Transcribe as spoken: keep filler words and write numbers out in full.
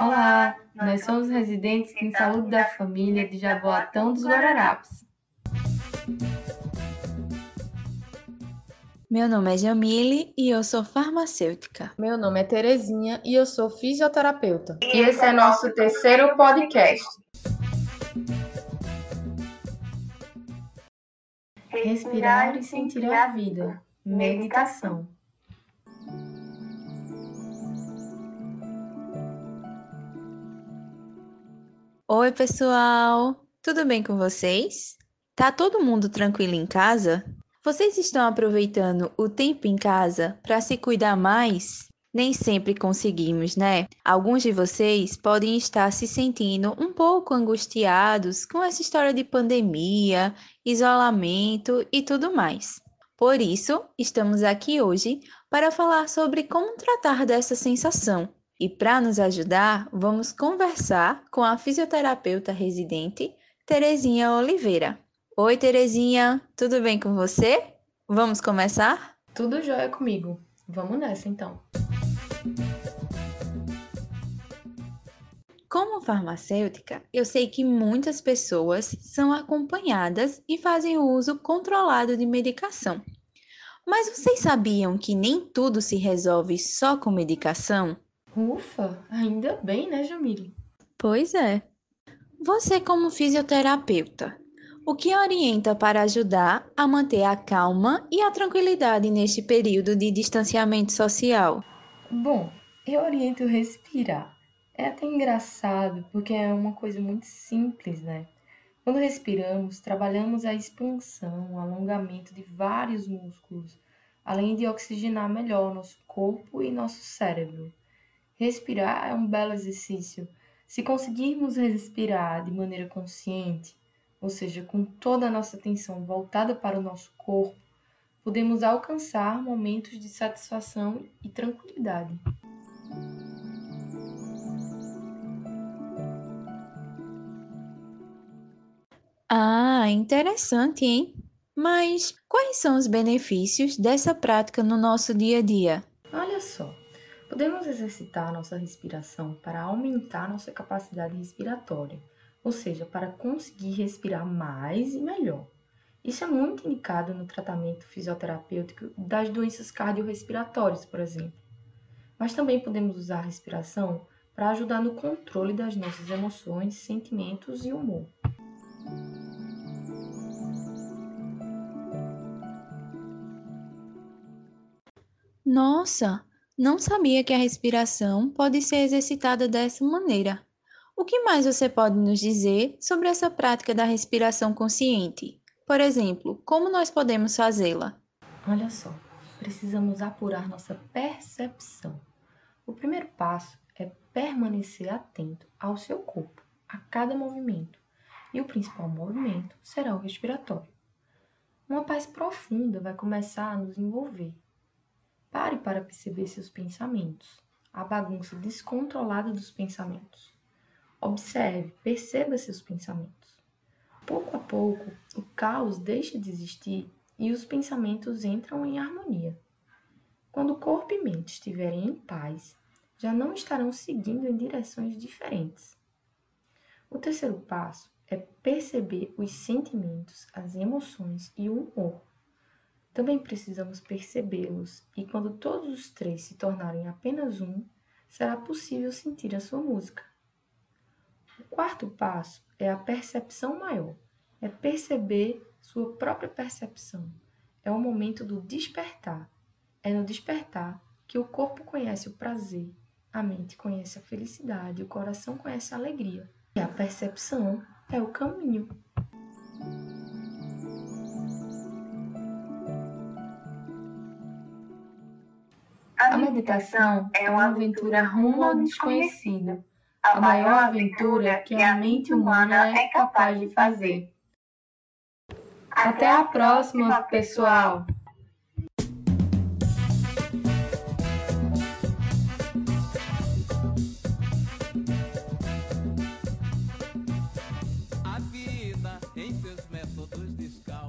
Olá, nós somos residentes em saúde da família de Jaboatão dos Guararapes. Meu nome é Jamile e eu sou farmacêutica. Meu nome é Terezinha e eu sou fisioterapeuta. E esse é nosso terceiro podcast. Respirar e sentir a vida. Meditação. Oi, pessoal! Tudo bem com vocês? Tá todo mundo tranquilo em casa? Vocês estão aproveitando o tempo em casa para se cuidar mais? Nem sempre conseguimos, né? Alguns de vocês podem estar se sentindo um pouco angustiados com essa história de pandemia, isolamento e tudo mais. Por isso, estamos aqui hoje para falar sobre como tratar dessa sensação. E para nos ajudar, vamos conversar com a fisioterapeuta residente, Terezinha Oliveira. Oi, Terezinha, tudo bem com você? Vamos começar? Tudo jóia comigo. Vamos nessa, então. Como farmacêutica, eu sei que muitas pessoas são acompanhadas e fazem o uso controlado de medicação. Mas vocês sabiam que nem tudo se resolve só com medicação? Ufa, ainda bem, né, Jamile? Pois é. Você, como fisioterapeuta, o que orienta para ajudar a manter a calma e a tranquilidade neste período de distanciamento social? Bom, eu oriento respirar. É até engraçado, porque é uma coisa muito simples, né? Quando respiramos, trabalhamos a expansão, o alongamento de vários músculos, além de oxigenar melhor nosso corpo e nosso cérebro. Respirar é um belo exercício. Se conseguirmos respirar de maneira consciente, ou seja, com toda a nossa atenção voltada para o nosso corpo, podemos alcançar momentos de satisfação e tranquilidade. Ah, interessante, hein? Mas quais são os benefícios dessa prática no nosso dia a dia? Olha só, podemos exercitar nossa respiração para aumentar nossa capacidade respiratória, ou seja, para conseguir respirar mais e melhor. Isso é muito indicado no tratamento fisioterapêutico das doenças cardiorrespiratórias, por exemplo. Mas também podemos usar a respiração para ajudar no controle das nossas emoções, sentimentos e humor. Nossa, não sabia que a respiração pode ser exercitada dessa maneira. O que mais você pode nos dizer sobre essa prática da respiração consciente? Por exemplo, como nós podemos fazê-la? Olha só, precisamos apurar nossa percepção. O primeiro passo é permanecer atento ao seu corpo, a cada movimento, e o principal movimento será o respiratório. Uma paz profunda vai começar a nos envolver. Pare para perceber seus pensamentos, a bagunça descontrolada dos pensamentos. Observe, perceba seus pensamentos. Pouco a pouco, o caos deixa de existir e os pensamentos entram em harmonia. Quando corpo e mente estiverem em paz, já não estarão seguindo em direções diferentes. O terceiro passo é perceber os sentimentos, as emoções e o humor. Também precisamos percebê-los e quando todos os três se tornarem apenas um, será possível sentir a sua música. O quarto passo é a percepção maior, é perceber sua própria percepção. É o momento do despertar. É no despertar que o corpo conhece o prazer, a mente conhece a felicidade, o coração conhece a alegria. E a percepção é o caminho. A meditação é uma aventura rumo ao desconhecido, a maior aventura que a mente humana é capaz de fazer. Até a próxima, pessoal!